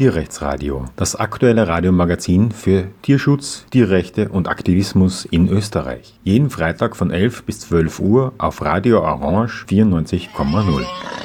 Tierrechtsradio, das aktuelle Radiomagazin für Tierschutz, Tierrechte und Aktivismus in Österreich. Jeden Freitag von 11 bis 12 Uhr auf Radio Orange 94,0.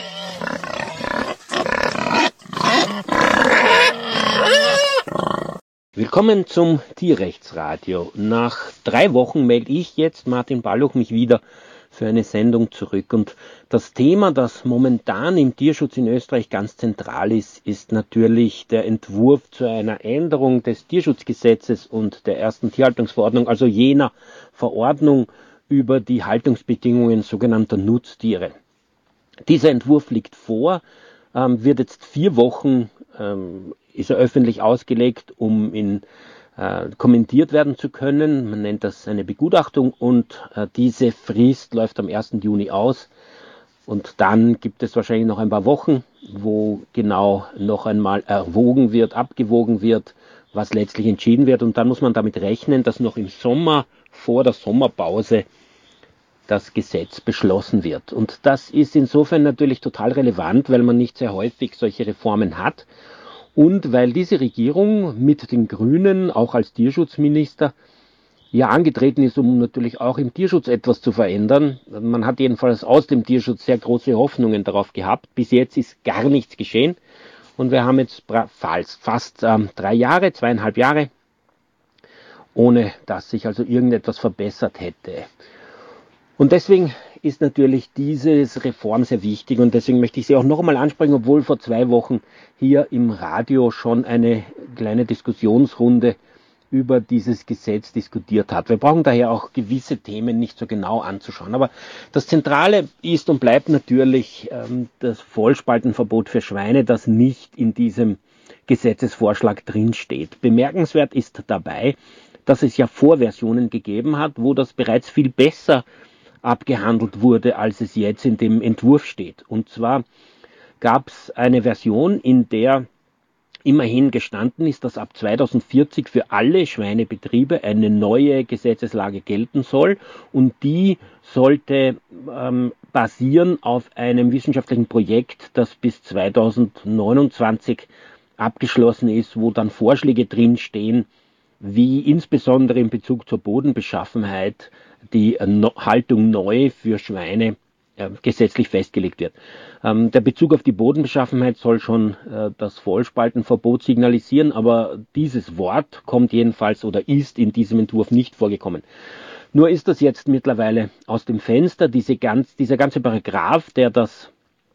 Willkommen zum Tierrechtsradio. Nach 3 Wochen melde ich jetzt, Martin Balluch, mich wieder für eine Sendung zurück. Und das Thema, das momentan im Tierschutz in Österreich ganz zentral ist, ist natürlich der Entwurf zu einer Änderung des Tierschutzgesetzes und der ersten Tierhaltungsverordnung, also jener Verordnung über die Haltungsbedingungen sogenannter Nutztiere. Dieser Entwurf liegt vor, wird jetzt 4 Wochen ist er öffentlich ausgelegt, um in kommentiert werden zu können. Man nennt das eine Begutachtung und diese Frist läuft am 1. Juni aus. Und dann gibt es wahrscheinlich noch ein paar Wochen, wo genau noch einmal erwogen wird, abgewogen wird, was letztlich entschieden wird. Und dann muss man damit rechnen, dass noch im Sommer, vor der Sommerpause, das Gesetz beschlossen wird. Und das ist insofern natürlich total relevant, weil man nicht sehr häufig solche Reformen hat. Und weil diese Regierung mit den Grünen auch als Tierschutzminister ja angetreten ist, um natürlich auch im Tierschutz etwas zu verändern. Man hat jedenfalls aus dem Tierschutz sehr große Hoffnungen darauf gehabt. Bis jetzt ist gar nichts geschehen. Und wir haben jetzt fast 3 Jahre, 2,5 Jahre, ohne dass sich also irgendetwas verbessert hätte. Und deswegen ist natürlich diese Reform sehr wichtig und deswegen möchte ich sie auch noch einmal ansprechen, obwohl vor 2 Wochen hier im Radio schon eine kleine Diskussionsrunde über dieses Gesetz diskutiert hat. Wir brauchen daher auch gewisse Themen nicht so genau anzuschauen. Aber das Zentrale ist und bleibt natürlich das Vollspaltenverbot für Schweine, das nicht in diesem Gesetzesvorschlag drinsteht. Bemerkenswert ist dabei, dass es ja Vorversionen gegeben hat, wo das bereits viel besser abgehandelt wurde, als es jetzt in dem Entwurf steht. Und zwar gab es eine Version, in der immerhin gestanden ist, dass ab 2040 für alle Schweinebetriebe eine neue Gesetzeslage gelten soll und die sollte basieren auf einem wissenschaftlichen Projekt, das bis 2029 abgeschlossen ist, wo dann Vorschläge drinstehen, wie insbesondere in Bezug zur Bodenbeschaffenheit die Haltung neu für Schweine gesetzlich festgelegt wird. Der Bezug auf die Bodenbeschaffenheit soll schon das Vollspaltenverbot signalisieren, aber dieses Wort kommt jedenfalls oder ist in diesem Entwurf nicht vorgekommen. Nur ist das jetzt mittlerweile aus dem Fenster, dieser ganze Paragraph, der das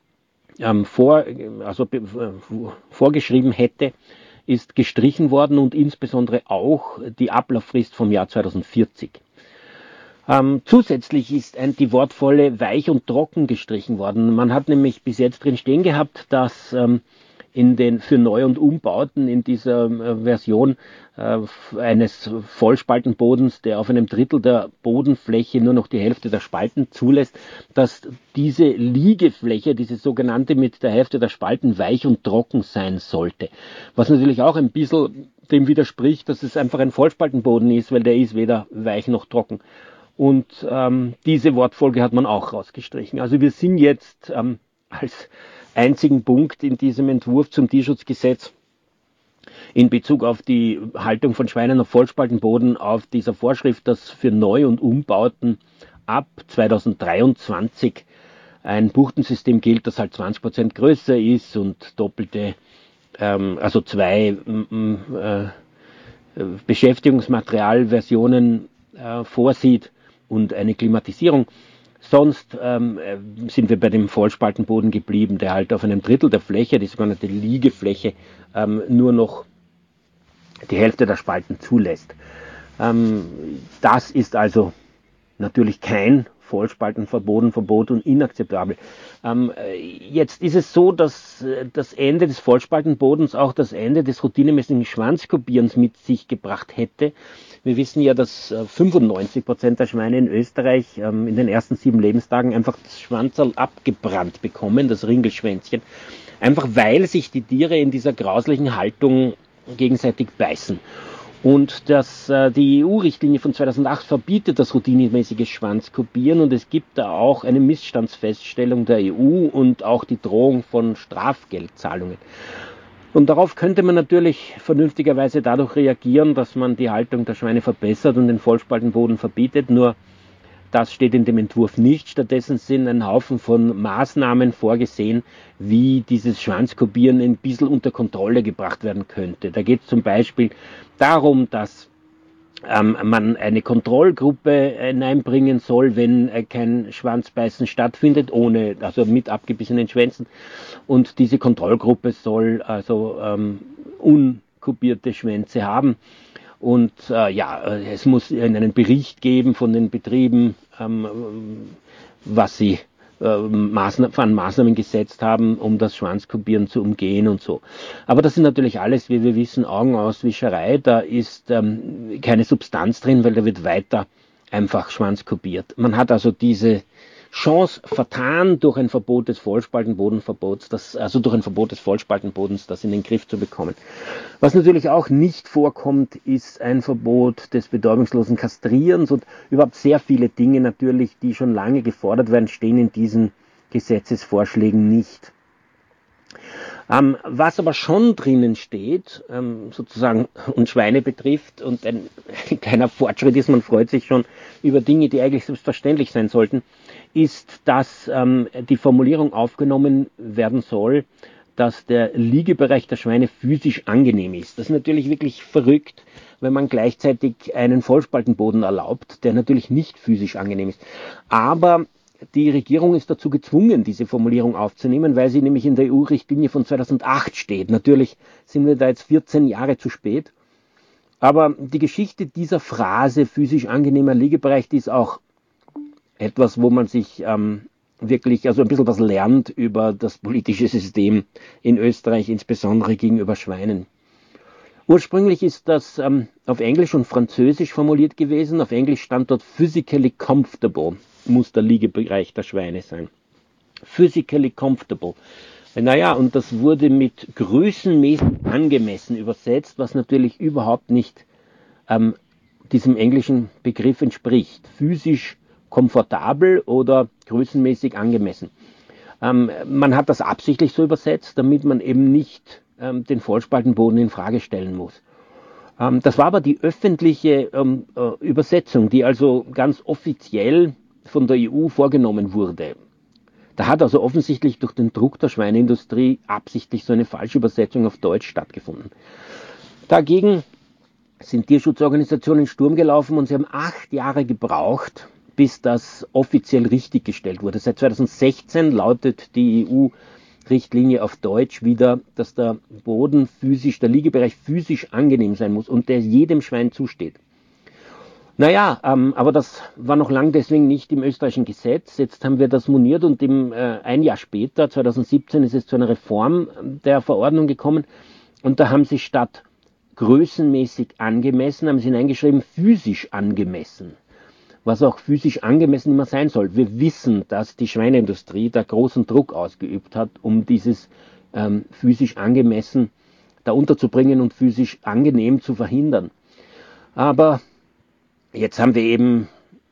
vorgeschrieben hätte, ist gestrichen worden und insbesondere auch die Ablauffrist vom Jahr 2040. Zusätzlich ist die wortvolle weich und trocken gestrichen worden. Man hat nämlich bis jetzt drin stehen gehabt, dass für Neu- und Umbauten in dieser Version eines Vollspaltenbodens, der auf einem Drittel der Bodenfläche nur noch die Hälfte der Spalten zulässt, dass diese Liegefläche, diese sogenannte mit der Hälfte der Spalten weich und trocken sein sollte. Was natürlich auch ein bisschen dem widerspricht, dass es einfach ein Vollspaltenboden ist, weil der ist weder weich noch trocken. Und diese Wortfolge hat man auch rausgestrichen. Also wir sind jetzt als einzigen Punkt in diesem Entwurf zum Tierschutzgesetz in Bezug auf die Haltung von Schweinen auf Vollspaltenboden auf dieser Vorschrift, dass für Neu- und Umbauten ab 2023 ein Buchtensystem gilt, das halt 20% größer ist und doppelte, also 2 Beschäftigungsmaterialversionen vorsieht und eine Klimatisierung. Sonst sind wir bei dem Vollspaltenboden geblieben, der halt auf einem Drittel der Fläche, die sogenannte Liegefläche, nur noch die Hälfte der Spalten zulässt. Das ist also natürlich kein Vollspaltenverbot und inakzeptabel. Jetzt ist es so, dass das Ende des Vollspaltenbodens auch das Ende des routinemäßigen Schwanzkopierens mit sich gebracht hätte. Wir wissen ja, dass 95% der Schweine in Österreich in den ersten 7 Lebenstagen einfach das Schwanzerl abgebrannt bekommen, das Ringelschwänzchen, einfach weil sich die Tiere in dieser grauslichen Haltung gegenseitig beißen. Und die EU-Richtlinie von 2008 verbietet das routinemäßige Schwanzkopieren und es gibt da auch eine Missstandsfeststellung der EU und auch die Drohung von Strafgeldzahlungen. Und darauf könnte man natürlich vernünftigerweise dadurch reagieren, dass man die Haltung der Schweine verbessert und den Vollspaltenboden verbietet. Nur das steht in dem Entwurf nicht. Stattdessen sind ein Haufen von Maßnahmen vorgesehen, wie dieses Schwanzkopieren ein bisschen unter Kontrolle gebracht werden könnte. Da geht es zum Beispiel darum, dass man eine Kontrollgruppe hineinbringen soll, wenn kein Schwanzbeißen stattfindet, also mit abgebissenen Schwänzen. Und diese Kontrollgruppe soll also unkopierte Schwänze haben. Und es muss einen Bericht geben von den Betrieben, was sie an Maßnahmen gesetzt haben, um das Schwanzkopieren zu umgehen und so. Aber das sind natürlich alles, wie wir wissen, Augenauswischerei. Da ist keine Substanz drin, weil da wird weiter einfach Schwanzkopiert. Man hat also diese Chance vertan, durch ein Verbot des Vollspaltenbodenverbots, das in den Griff zu bekommen. Was natürlich auch nicht vorkommt, ist ein Verbot des betäubungslosen Kastrierens und überhaupt sehr viele Dinge natürlich, die schon lange gefordert werden, stehen in diesen Gesetzesvorschlägen nicht. Was aber schon drinnen steht, sozusagen und Schweine betrifft und ein kleiner Fortschritt ist, man freut sich schon über Dinge, die eigentlich selbstverständlich sein sollten, ist, dass die Formulierung aufgenommen werden soll, dass der Liegebereich der Schweine physisch angenehm ist. Das ist natürlich wirklich verrückt, wenn man gleichzeitig einen Vollspaltenboden erlaubt, der natürlich nicht physisch angenehm ist. Aber die Regierung ist dazu gezwungen, diese Formulierung aufzunehmen, weil sie nämlich in der EU-Richtlinie von 2008 steht. Natürlich sind wir da jetzt 14 Jahre zu spät. Aber die Geschichte dieser Phrase physisch angenehmer Liegebereich, die ist auch etwas, wo man sich wirklich also ein bisschen was lernt über das politische System in Österreich, insbesondere gegenüber Schweinen. Ursprünglich ist das auf Englisch und Französisch formuliert gewesen. Auf Englisch stand dort physically comfortable, muss der Liegebereich der Schweine sein. Physically comfortable. Naja, und das wurde mit größenmäßig angemessen übersetzt, was natürlich überhaupt nicht diesem englischen Begriff entspricht. Physisch komfortabel oder größenmäßig angemessen. Man hat das absichtlich so übersetzt, damit man eben nicht den Vollspaltenboden in Frage stellen muss. Das war aber die öffentliche Übersetzung, die also ganz offiziell von der EU vorgenommen wurde. Da hat also offensichtlich durch den Druck der Schweineindustrie absichtlich so eine falsche Übersetzung auf Deutsch stattgefunden. Dagegen sind Tierschutzorganisationen Sturm gelaufen und sie haben 8 Jahre gebraucht, bis das offiziell richtiggestellt wurde. Seit 2016 lautet die EU-Richtlinie auf Deutsch wieder, dass der Liegebereich physisch angenehm sein muss und der jedem Schwein zusteht. Naja, aber das war noch lang deswegen nicht im österreichischen Gesetz. Jetzt haben wir das moniert und ein Jahr später, 2017, ist es zu einer Reform der Verordnung gekommen und da haben sie statt größenmäßig angemessen, haben sie hineingeschrieben physisch angemessen. Was auch physisch angemessen immer sein soll. Wir wissen, dass die Schweineindustrie da großen Druck ausgeübt hat, um dieses physisch angemessen da unterzubringen und physisch angenehm zu verhindern. Aber jetzt haben wir eben,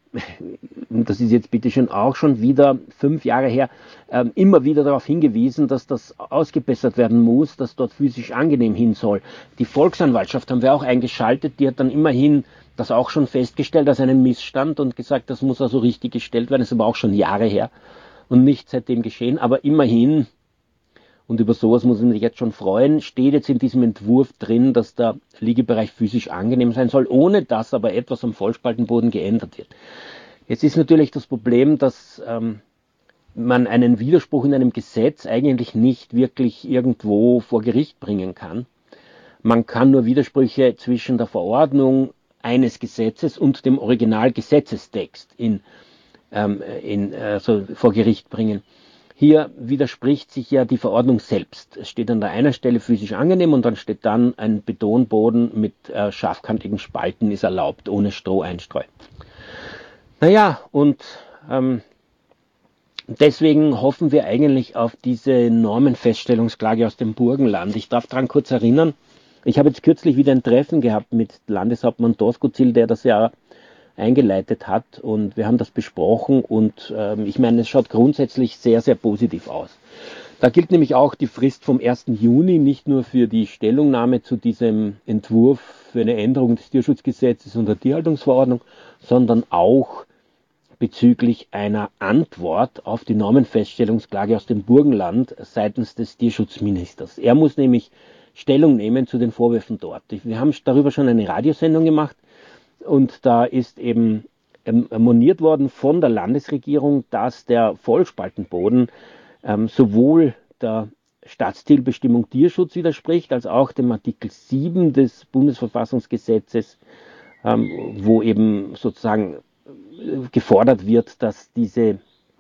das ist jetzt bitte schon wieder 5 Jahre her, immer wieder darauf hingewiesen, dass das ausgebessert werden muss, dass dort physisch angenehm hin soll. Die Volksanwaltschaft haben wir auch eingeschaltet, die hat dann immerhin das auch schon festgestellt als einen Missstand und gesagt, das muss also richtig gestellt werden. Das ist aber auch schon Jahre her und nicht seitdem geschehen. Aber immerhin, und über sowas muss man sich jetzt schon freuen, steht jetzt in diesem Entwurf drin, dass der Liegebereich physisch angenehm sein soll, ohne dass aber etwas am Vollspaltenboden geändert wird. Jetzt ist natürlich das Problem, dass man einen Widerspruch in einem Gesetz eigentlich nicht wirklich irgendwo vor Gericht bringen kann. Man kann nur Widersprüche zwischen der Verordnung eines Gesetzes und dem Originalgesetzestext vor Gericht bringen. Hier widerspricht sich ja die Verordnung selbst. Es steht an der einen Stelle physisch angenehm und dann steht dann ein Betonboden mit scharfkantigen Spalten ist erlaubt, ohne Stroheinstreu. Naja, und deswegen hoffen wir eigentlich auf diese Normenfeststellungsklage aus dem Burgenland. Ich darf daran kurz erinnern, ich habe jetzt kürzlich wieder ein Treffen gehabt mit Landeshauptmann Doskozil, der das ja eingeleitet hat und wir haben das besprochen und ich meine, es schaut grundsätzlich sehr, sehr positiv aus. Da gilt nämlich auch die Frist vom 1. Juni nicht nur für die Stellungnahme zu diesem Entwurf für eine Änderung des Tierschutzgesetzes und der Tierhaltungsverordnung, sondern auch bezüglich einer Antwort auf die Normenfeststellungsklage aus dem Burgenland seitens des Tierschutzministers. Er muss nämlich Stellung nehmen zu den Vorwürfen dort. Wir haben darüber schon eine Radiosendung gemacht und da ist eben moniert worden von der Landesregierung, dass der Vollspaltenboden sowohl der Staatszielbestimmung Tierschutz widerspricht, als auch dem Artikel 7 des Bundesverfassungsgesetzes, wo eben sozusagen gefordert wird, dass diese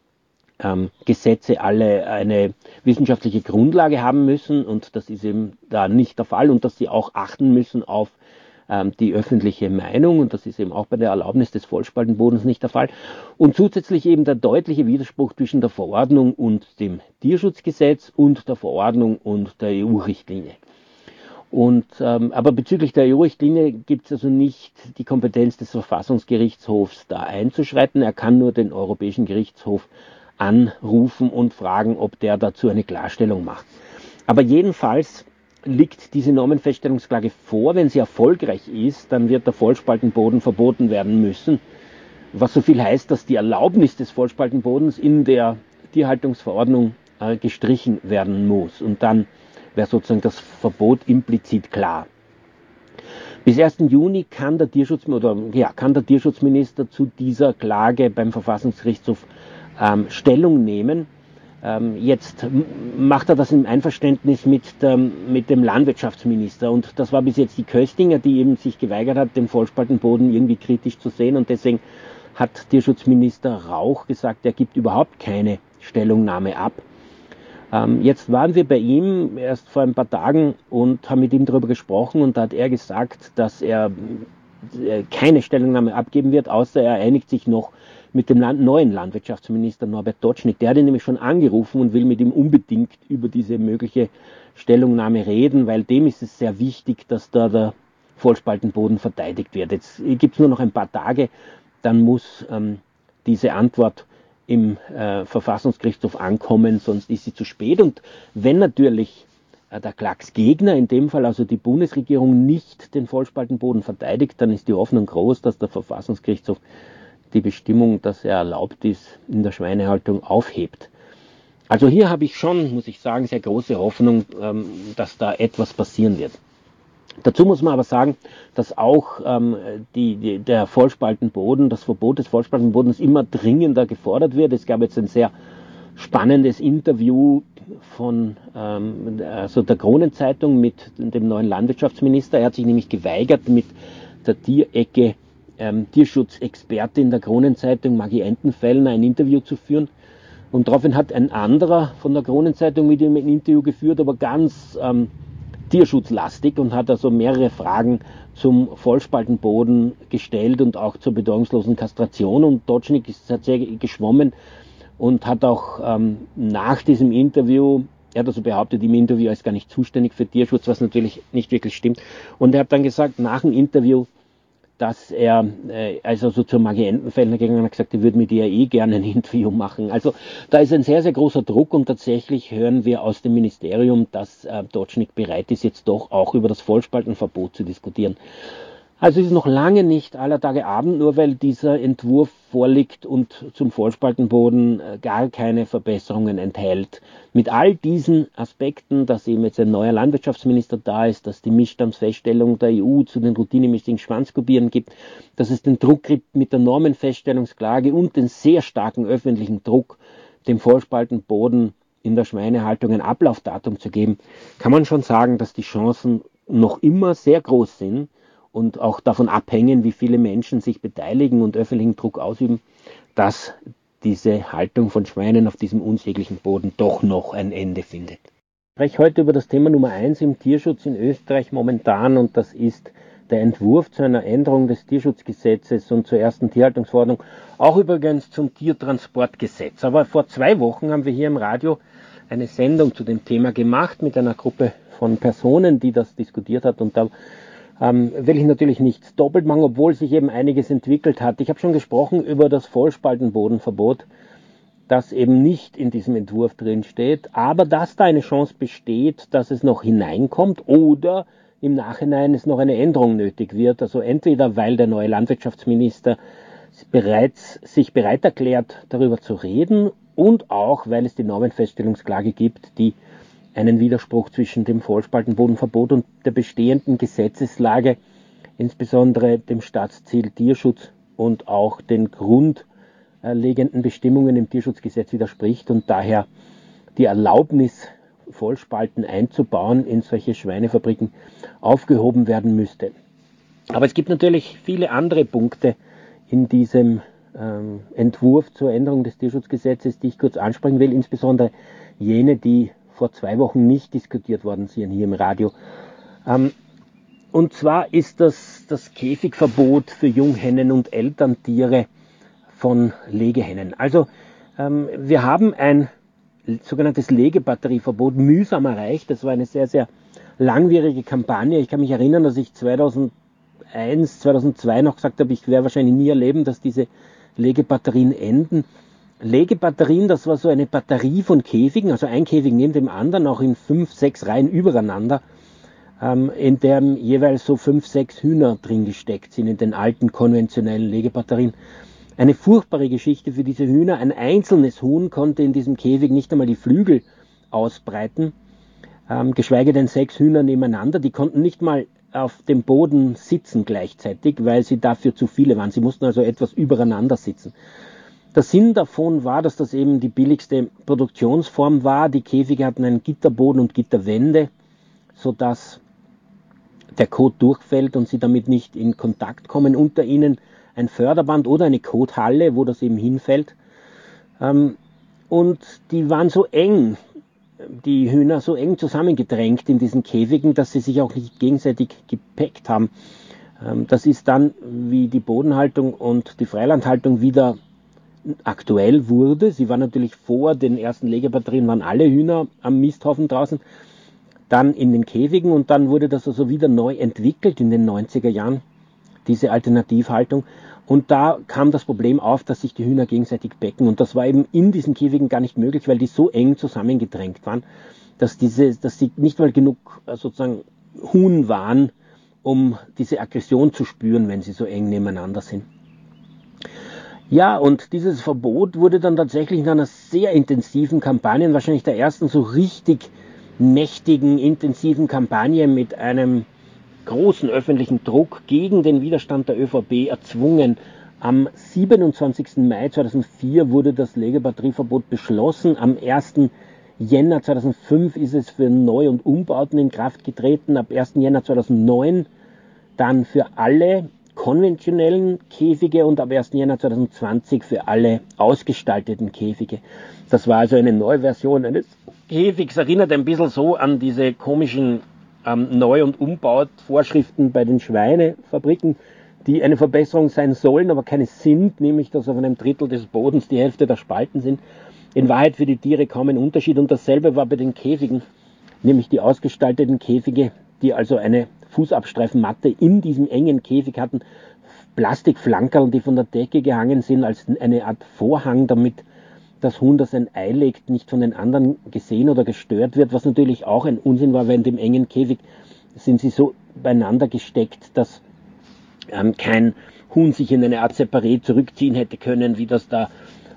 Gesetze alle eine wissenschaftliche Grundlage haben müssen, und das ist eben da nicht der Fall, und dass sie auch achten müssen auf die öffentliche Meinung, und das ist eben auch bei der Erlaubnis des Vollspaltenbodens nicht der Fall. Und zusätzlich eben der deutliche Widerspruch zwischen der Verordnung und dem Tierschutzgesetz und der Verordnung und der EU-Richtlinie. Aber bezüglich der EU-Richtlinie gibt es also nicht die Kompetenz des Verfassungsgerichtshofs, da einzuschreiten. Er kann nur den Europäischen Gerichtshof anrufen und fragen, ob der dazu eine Klarstellung macht. Aber jedenfalls liegt diese Normenfeststellungsklage vor. Wenn sie erfolgreich ist, dann wird der Vollspaltenboden verboten werden müssen, was so viel heißt, dass die Erlaubnis des Vollspaltenbodens in der Tierhaltungsverordnung gestrichen werden muss. Und dann wäre sozusagen das Verbot implizit klar. Bis 1. Juni kann der Tierschutzminister zu dieser Klage beim Verfassungsgerichtshof Stellung nehmen. Jetzt macht er das im Einverständnis mit dem Landwirtschaftsminister, und das war bis jetzt die Köstinger, die eben sich geweigert hat, den Vollspaltenboden irgendwie kritisch zu sehen, und deswegen hat Tierschutzminister Rauch gesagt, er gibt überhaupt keine Stellungnahme ab. Jetzt waren wir bei ihm erst vor ein paar Tagen und haben mit ihm darüber gesprochen, und da hat er gesagt, dass er keine Stellungnahme abgeben wird, außer er einigt sich noch mit dem neuen Landwirtschaftsminister Norbert Dotschnig. Der hat ihn nämlich schon angerufen und will mit ihm unbedingt über diese mögliche Stellungnahme reden, weil dem ist es sehr wichtig, dass da der Vollspaltenboden verteidigt wird. Jetzt gibt es nur noch ein paar Tage, dann muss diese Antwort im Verfassungsgerichtshof ankommen, sonst ist sie zu spät. Und wenn natürlich der Klagsgegner, in dem Fall also die Bundesregierung, nicht den Vollspaltenboden verteidigt, dann ist die Hoffnung groß, dass der Verfassungsgerichtshof die Bestimmung, dass er erlaubt ist, in der Schweinehaltung aufhebt. Also hier habe ich schon, muss ich sagen, sehr große Hoffnung, dass da etwas passieren wird. Dazu muss man aber sagen, dass auch der Vollspaltenboden, das Verbot des Vollspaltenbodens immer dringender gefordert wird. Es gab jetzt ein sehr spannendes Interview von der Kronenzeitung mit dem neuen Landwirtschaftsminister. Er hat sich nämlich geweigert, mit der Tierecke Tierschutzexpertin der Kronenzeitung, Maggie Entenfellner, ein Interview zu führen. Und daraufhin hat ein anderer von der Kronenzeitung mit ihm ein Interview geführt, aber ganz tierschutzlastig, und hat also mehrere Fragen zum Vollspaltenboden gestellt und auch zur bedeutungslosen Kastration. Und Dotschnig ist tatsächlich geschwommen und hat auch nach diesem Interview, er hat also behauptet, im Interview er ist gar nicht zuständig für Tierschutz, was natürlich nicht wirklich stimmt. Und er hat dann gesagt, nach dem Interview, dass er, also zur Maggie Entenfellner gegangen hat, gesagt, er würde mit ihr gerne ein Interview machen. Also da ist ein sehr, sehr großer Druck, und tatsächlich hören wir aus dem Ministerium, dass Dotschnig bereit ist, jetzt doch auch über das Vollspaltenverbot zu diskutieren. Also es ist noch lange nicht aller Tage Abend, nur weil dieser Entwurf vorliegt und zum Vollspaltenboden gar keine Verbesserungen enthält. Mit all diesen Aspekten, dass eben jetzt ein neuer Landwirtschaftsminister da ist, dass die Missstandsfeststellung der EU zu den routinemäßigen Schwanzkopieren gibt, dass es den Druck gibt mit der Normenfeststellungsklage und den sehr starken öffentlichen Druck, dem Vollspaltenboden in der Schweinehaltung ein Ablaufdatum zu geben, kann man schon sagen, dass die Chancen noch immer sehr groß sind und auch davon abhängen, wie viele Menschen sich beteiligen und öffentlichen Druck ausüben, dass diese Haltung von Schweinen auf diesem unsäglichen Boden doch noch ein Ende findet. Ich spreche heute über das Thema Nummer 1 im Tierschutz in Österreich momentan, und das ist der Entwurf zu einer Änderung des Tierschutzgesetzes und zur ersten Tierhaltungsverordnung, auch übrigens zum Tiertransportgesetz. Aber vor 2 Wochen haben wir hier im Radio eine Sendung zu dem Thema gemacht mit einer Gruppe von Personen, die das diskutiert hat, und da will ich natürlich nichts doppelt machen, obwohl sich eben einiges entwickelt hat. Ich habe schon gesprochen über das Vollspaltenbodenverbot das eben nicht in diesem Entwurf drin steht, aber dass da eine Chance besteht, dass es noch hineinkommt oder im Nachhinein es noch eine Änderung nötig wird. Also entweder weil der neue Landwirtschaftsminister sich bereit erklärt, darüber zu reden, und auch weil es die Normenfeststellungsklage gibt, die einen Widerspruch zwischen dem Vollspaltenbodenverbot und der bestehenden Gesetzeslage, insbesondere dem Staatsziel Tierschutz und auch den grundlegenden Bestimmungen im Tierschutzgesetz widerspricht und daher die Erlaubnis, Vollspalten einzubauen in solche Schweinefabriken aufgehoben werden müsste. Aber es gibt natürlich viele andere Punkte in diesem Entwurf zur Änderung des Tierschutzgesetzes, die ich kurz ansprechen will, insbesondere jene, die vor 2 Wochen nicht diskutiert worden sind hier im Radio. Und zwar ist das Käfigverbot für Junghennen und Elterntiere von Legehennen. Also wir haben ein sogenanntes Legebatterieverbot mühsam erreicht. Das war eine sehr, sehr langwierige Kampagne. Ich kann mich erinnern, dass ich 2001, 2002 noch gesagt habe, ich werde wahrscheinlich nie erleben, dass diese Legebatterien enden. Legebatterien, das war so eine Batterie von Käfigen, also ein Käfig neben dem anderen, auch in 5, 6 Reihen übereinander, in dem jeweils so 5, 6 Hühner drin gesteckt sind, in den alten konventionellen Legebatterien. Eine furchtbare Geschichte für diese Hühner. Ein einzelnes Huhn konnte in diesem Käfig nicht einmal die Flügel ausbreiten, geschweige denn 6 Hühner nebeneinander. Die konnten nicht mal auf dem Boden sitzen gleichzeitig, weil sie dafür zu viele waren. Sie mussten also etwas übereinander sitzen. Der Sinn davon war, dass das eben die billigste Produktionsform war. Die Käfige hatten einen Gitterboden und Gitterwände, sodass der Kot durchfällt und sie damit nicht in Kontakt kommen. Unter ihnen ein Förderband oder eine Kothalle, wo das eben hinfällt. Und die waren so eng, die Hühner so eng zusammengedrängt in diesen Käfigen, dass sie sich auch nicht gegenseitig gepackt haben. Das ist dann, wie die Bodenhaltung und die Freilandhaltung wieder aktuell wurde. Sie waren natürlich vor den ersten Legebatterien, waren alle Hühner am Misthaufen draußen, dann in den Käfigen, und dann wurde das also wieder neu entwickelt in den 90er Jahren, diese Alternativhaltung. Und da kam das Problem auf, dass sich die Hühner gegenseitig becken. Und das war eben in diesen Käfigen gar nicht möglich, weil die so eng zusammengedrängt waren, dass sie nicht mal genug sozusagen Huhn waren, um diese Aggression zu spüren, wenn sie so eng nebeneinander sind. Ja, und dieses Verbot wurde dann tatsächlich in einer sehr intensiven Kampagne, wahrscheinlich der ersten so richtig mächtigen, intensiven Kampagne mit einem großen öffentlichen Druck gegen den Widerstand der ÖVP erzwungen. Am 27. Mai 2004 wurde das Legebatterieverbot beschlossen. Am 1. Jänner 2005 ist es für Neu- und Umbauten in Kraft getreten. Ab 1. Jänner 2009 dann für alle konventionellen Käfige und ab 1. Jänner 2020 für alle ausgestalteten Käfige. Das war also eine Neuversion eines Käfigs. Erinnert ein bisschen so an diese komischen Neu- und Umbauvorschriften bei den Schweinefabriken, die eine Verbesserung sein sollen, aber keine sind, nämlich dass auf einem Drittel des Bodens die Hälfte der Spalten sind. In Wahrheit für die Tiere kaum ein Unterschied, und dasselbe war bei den Käfigen, nämlich die ausgestalteten Käfige, die also eine Fußabstreifenmatte in diesem engen Käfig hatten, Plastikflankerl, die von der Decke gehangen sind als eine Art Vorhang, damit das Huhn, das ein Ei legt, nicht von den anderen gesehen oder gestört wird, was natürlich auch ein Unsinn war, weil in dem engen Käfig sind sie so beieinander gesteckt, dass kein Huhn sich in eine Art Separé zurückziehen hätte können, wie das da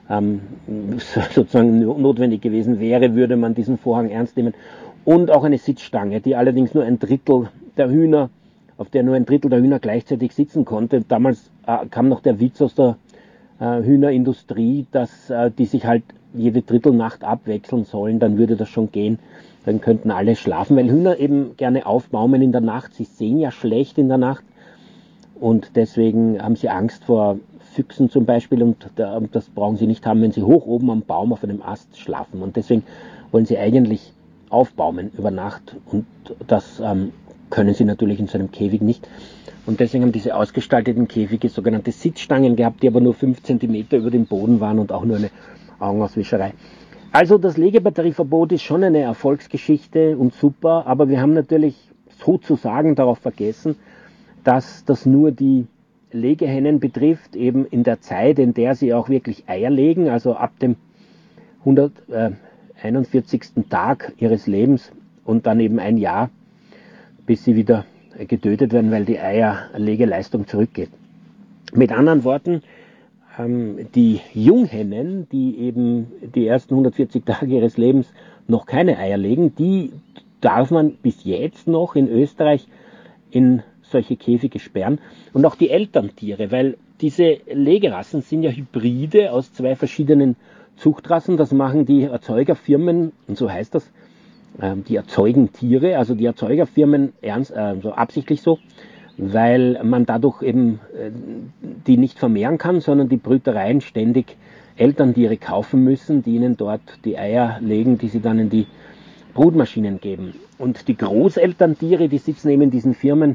sozusagen notwendig gewesen wäre, würde man diesen Vorhang ernst nehmen. Und auch eine Sitzstange, die allerdings nur ein Drittel der Hühner, auf der nur ein Drittel der Hühner gleichzeitig sitzen konnte. Damals kam noch der Witz aus der Hühnerindustrie, dass die sich halt jede Drittelnacht abwechseln sollen, dann würde das schon gehen. Dann könnten alle schlafen, weil Hühner eben gerne aufbaumen in der Nacht. Sie sehen ja schlecht in der Nacht und deswegen haben sie Angst vor Füchsen zum Beispiel, und das brauchen sie nicht haben, wenn sie hoch oben am Baum auf einem Ast schlafen. Und deswegen wollen sie eigentlich aufbaumen über Nacht, und das können sie natürlich in so einem Käfig nicht. Und deswegen haben diese ausgestalteten Käfige sogenannte Sitzstangen gehabt, die aber nur 5 cm über dem Boden waren und auch nur eine Augenauswischerei. Also das Legebatterieverbot ist schon eine Erfolgsgeschichte und super, aber wir haben natürlich sozusagen darauf vergessen, dass das nur die Legehennen betrifft, eben in der Zeit, in der sie auch wirklich Eier legen, also ab dem 141. Tag ihres Lebens und dann eben ein Jahr, bis sie wieder getötet werden, weil die Eierlegeleistung zurückgeht. Mit anderen Worten, die Junghennen, die eben die ersten 140 Tage ihres Lebens noch keine Eier legen, die darf man bis jetzt noch in Österreich in solche Käfige sperren. Und auch die Elterntiere, weil diese Legerassen sind ja Hybride aus zwei verschiedenen Zuchtrassen. Das machen die Erzeugerfirmen, und so heißt das, die erzeugen Tiere, also die Erzeugerfirmen absichtlich so, weil man dadurch eben die nicht vermehren kann, sondern die Brütereien ständig Elterntiere kaufen müssen, die ihnen dort die Eier legen, die sie dann in die Brutmaschinen geben. Und die Großelterntiere, die sitzen eben in diesen Firmen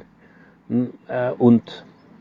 und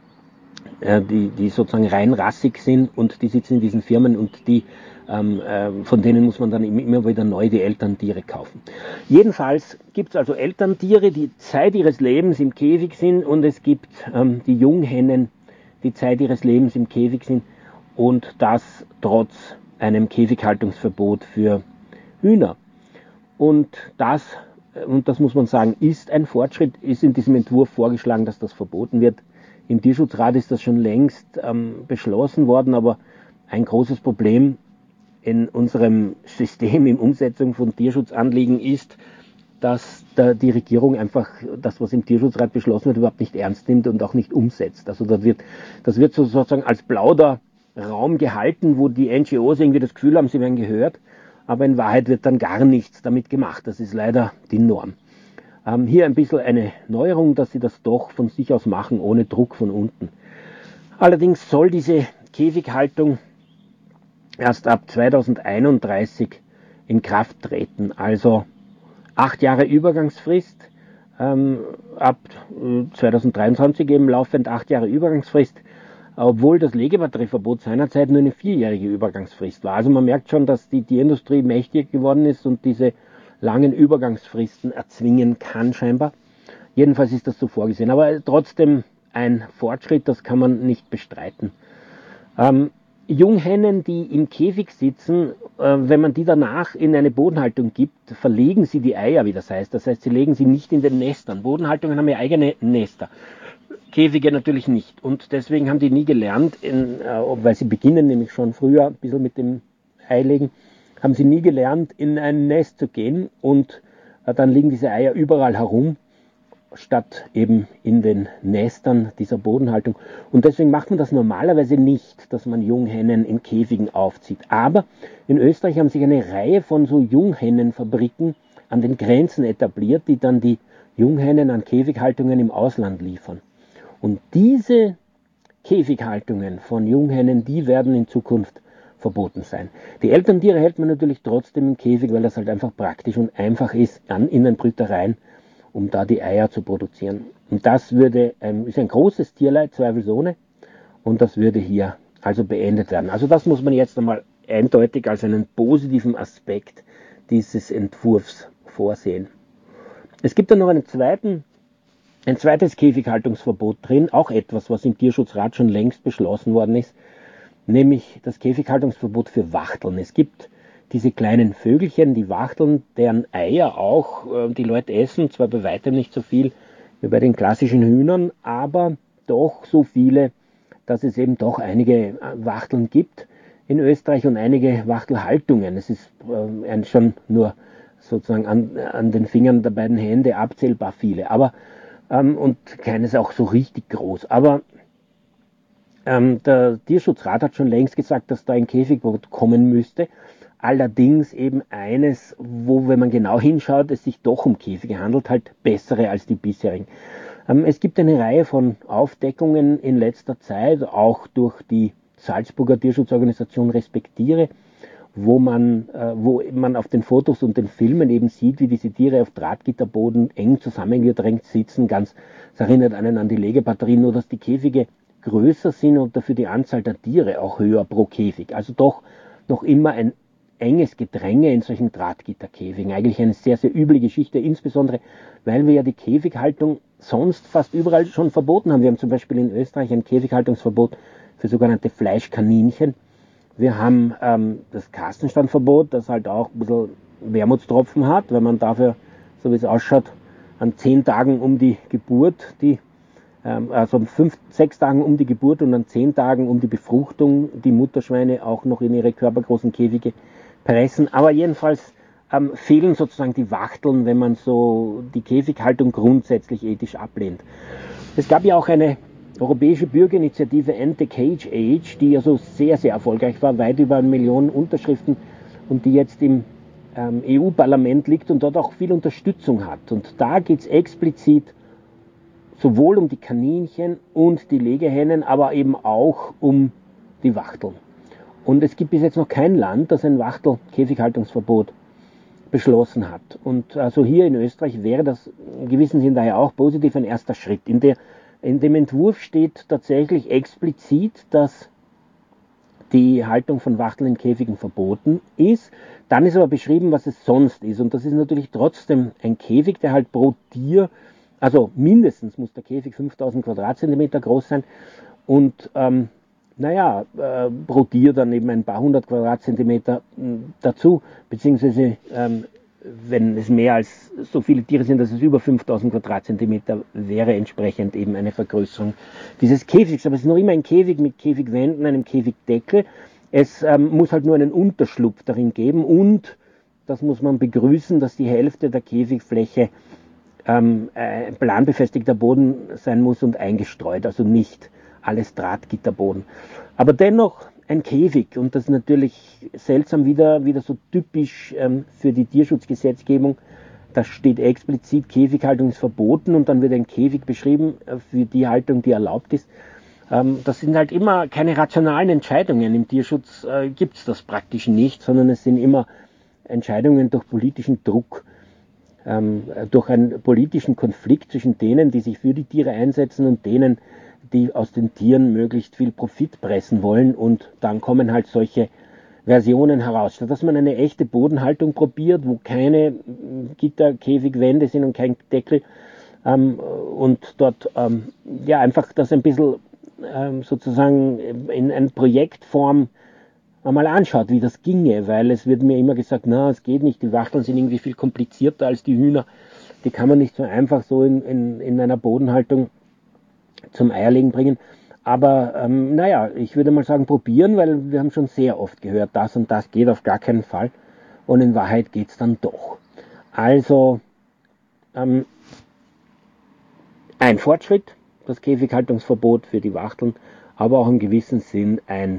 die sozusagen rein rassig sind und die sitzen in diesen Firmen und die von denen muss man dann immer wieder neu die Elterntiere kaufen. Jedenfalls gibt es also Elterntiere, die Zeit ihres Lebens im Käfig sind und es gibt die Junghennen, die Zeit ihres Lebens im Käfig sind und das trotz einem Käfighaltungsverbot für Hühner. Und das muss man sagen, ist ein Fortschritt, ist in diesem Entwurf vorgeschlagen, dass das verboten wird. Im Tierschutzrat ist das schon längst beschlossen worden, aber ein großes Problem in unserem System in Umsetzung von Tierschutzanliegen ist, dass die Regierung einfach das, was im Tierschutzrat beschlossen wird, überhaupt nicht ernst nimmt und auch nicht umsetzt. Also das wird sozusagen als Plauderraum gehalten, wo die NGOs irgendwie das Gefühl haben, sie werden gehört, aber in Wahrheit wird dann gar nichts damit gemacht. Das ist leider die Norm. Hier ein bisschen eine Neuerung, dass sie das doch von sich aus machen, ohne Druck von unten. Allerdings soll diese Käfighaltung erst ab 2031 in Kraft treten. Also 8 Jahre Übergangsfrist, ab 2023 eben laufend 8 Jahre Übergangsfrist, obwohl das Legebatterieverbot seinerzeit nur eine 4-jährige Übergangsfrist war. Also man merkt schon, dass die Industrie mächtig geworden ist und diese langen Übergangsfristen erzwingen kann scheinbar. Jedenfalls ist das so vorgesehen. Aber trotzdem ein Fortschritt, das kann man nicht bestreiten. Junghennen, die im Käfig sitzen, wenn man die danach in eine Bodenhaltung gibt, verlegen sie die Eier, wie das heißt. Das heißt, sie legen sie nicht in den Nestern. Bodenhaltungen haben ja eigene Nester. Käfige natürlich nicht. Und deswegen haben die nie gelernt, weil sie beginnen nämlich schon früher ein bisschen mit dem Eilegen, haben sie nie gelernt, in ein Nest zu gehen und dann liegen diese Eier überall herum, statt eben in den Nestern dieser Bodenhaltung. Und deswegen macht man das normalerweise nicht, dass man Junghennen in Käfigen aufzieht. Aber in Österreich haben sich eine Reihe von so Junghennenfabriken an den Grenzen etabliert, die dann die Junghennen an Käfighaltungen im Ausland liefern. Und diese Käfighaltungen von Junghennen, die werden in Zukunft verboten sein. Die Elterntiere hält man natürlich trotzdem im Käfig, weil das halt einfach praktisch und einfach ist in den Brütereien, um da die Eier zu produzieren. Und das ist ein großes Tierleid, zweifelsohne, und das würde hier also beendet werden. Also das muss man jetzt einmal eindeutig als einen positiven Aspekt dieses Entwurfs vorsehen. Es gibt dann noch ein zweites Käfighaltungsverbot drin, auch etwas, was im Tierschutzrat schon längst beschlossen worden ist, nämlich das Käfighaltungsverbot für Wachteln. Es gibt diese kleinen Vögelchen, die Wachteln, deren Eier auch die Leute essen, zwar bei weitem nicht so viel wie bei den klassischen Hühnern, aber doch so viele, dass es eben doch einige Wachteln gibt in Österreich und einige Wachtelhaltungen. Es ist schon nur sozusagen an den Fingern der beiden Hände abzählbar viele, aber und keines auch so richtig groß. Aber der Tierschutzrat hat schon längst gesagt, dass da ein Käfigverbot kommen müsste. Allerdings eben eines, wo, wenn man genau hinschaut, es sich doch um Käfige handelt, halt bessere als die bisherigen. Es gibt eine Reihe von Aufdeckungen in letzter Zeit, auch durch die Salzburger Tierschutzorganisation Respektiere, wo man auf den Fotos und den Filmen eben sieht, wie diese Tiere auf Drahtgitterboden eng zusammengedrängt sitzen. Das erinnert einen an die Legebatterien, nur dass die Käfige größer sind und dafür die Anzahl der Tiere auch höher pro Käfig. Also doch noch immer ein enges Gedränge in solchen Drahtgitterkäfigen. Eigentlich eine sehr, sehr üble Geschichte, insbesondere weil wir ja die Käfighaltung sonst fast überall schon verboten haben. Wir haben zum Beispiel in Österreich ein Käfighaltungsverbot für sogenannte Fleischkaninchen, Wir haben das Kastenstandverbot, das halt auch ein bisschen Wermutstropfen hat, weil man dafür, so wie es ausschaut, an 10 Tagen um die Geburt, also 6 Tagen um die Geburt und an 10 Tagen um die Befruchtung die Mutterschweine auch noch in ihre körpergroßen Käfige pressen. Aber jedenfalls fehlen sozusagen die Wachteln, wenn man so die Käfighaltung grundsätzlich ethisch ablehnt. Es gab ja auch eine europäische Bürgerinitiative End the Cage Age, die ja so sehr, sehr erfolgreich war, weit über 1 Million Unterschriften und die jetzt im EU-Parlament liegt und dort auch viel Unterstützung hat. Und da geht es explizit sowohl um die Kaninchen und die Legehennen, aber eben auch um die Wachteln. Und es gibt bis jetzt noch kein Land, das ein Wachtel-Käfighaltungsverbot beschlossen hat. Und also hier in Österreich wäre das im gewissen Sinn daher auch positiv ein erster Schritt. In dem Entwurf steht tatsächlich explizit, dass die Haltung von Wachteln in Käfigen verboten ist. Dann ist aber beschrieben, was es sonst ist. Und das ist natürlich trotzdem ein Käfig, der halt pro Tier, also mindestens muss der Käfig 5000 Quadratzentimeter groß sein und pro Tier dann eben ein paar 100 Quadratzentimeter dazu, beziehungsweise wenn es mehr als so viele Tiere sind, dass es über 5000 Quadratzentimeter wäre, entsprechend eben eine Vergrößerung dieses Käfigs. Aber es ist noch immer ein Käfig mit Käfigwänden, einem Käfigdeckel. Es muss halt nur einen Unterschlupf darin geben und, das muss man begrüßen, dass die Hälfte der Käfigfläche planbefestigter Boden sein muss und eingestreut, also nicht alles Drahtgitterboden. Aber dennoch ein Käfig, und das ist natürlich seltsam wieder so typisch für die Tierschutzgesetzgebung. Da steht explizit, Käfighaltung ist verboten und dann wird ein Käfig beschrieben für die Haltung, die erlaubt ist. Das sind halt immer keine rationalen Entscheidungen. Im Tierschutz gibt es das praktisch nicht, sondern es sind immer Entscheidungen durch politischen Druck, durch einen politischen Konflikt zwischen denen, die sich für die Tiere einsetzen und denen, die aus den Tieren möglichst viel Profit pressen wollen, und dann kommen halt solche Versionen heraus. Statt dass man eine echte Bodenhaltung probiert, wo keine Gitterkäfigwände sind und kein Deckel und dort einfach das ein bisschen sozusagen in eine Projektform einmal anschaut, wie das ginge, weil es wird mir immer gesagt, na, es geht nicht, die Wachteln sind irgendwie viel komplizierter als die Hühner, die kann man nicht so einfach so in einer Bodenhaltung zum Eierlegen bringen. Aber ich würde mal sagen, probieren, weil wir haben schon sehr oft gehört, das und das geht auf gar keinen Fall. Und in Wahrheit geht es dann doch. Also ein Fortschritt, das Käfighaltungsverbot für die Wachteln, aber auch im gewissen Sinn ein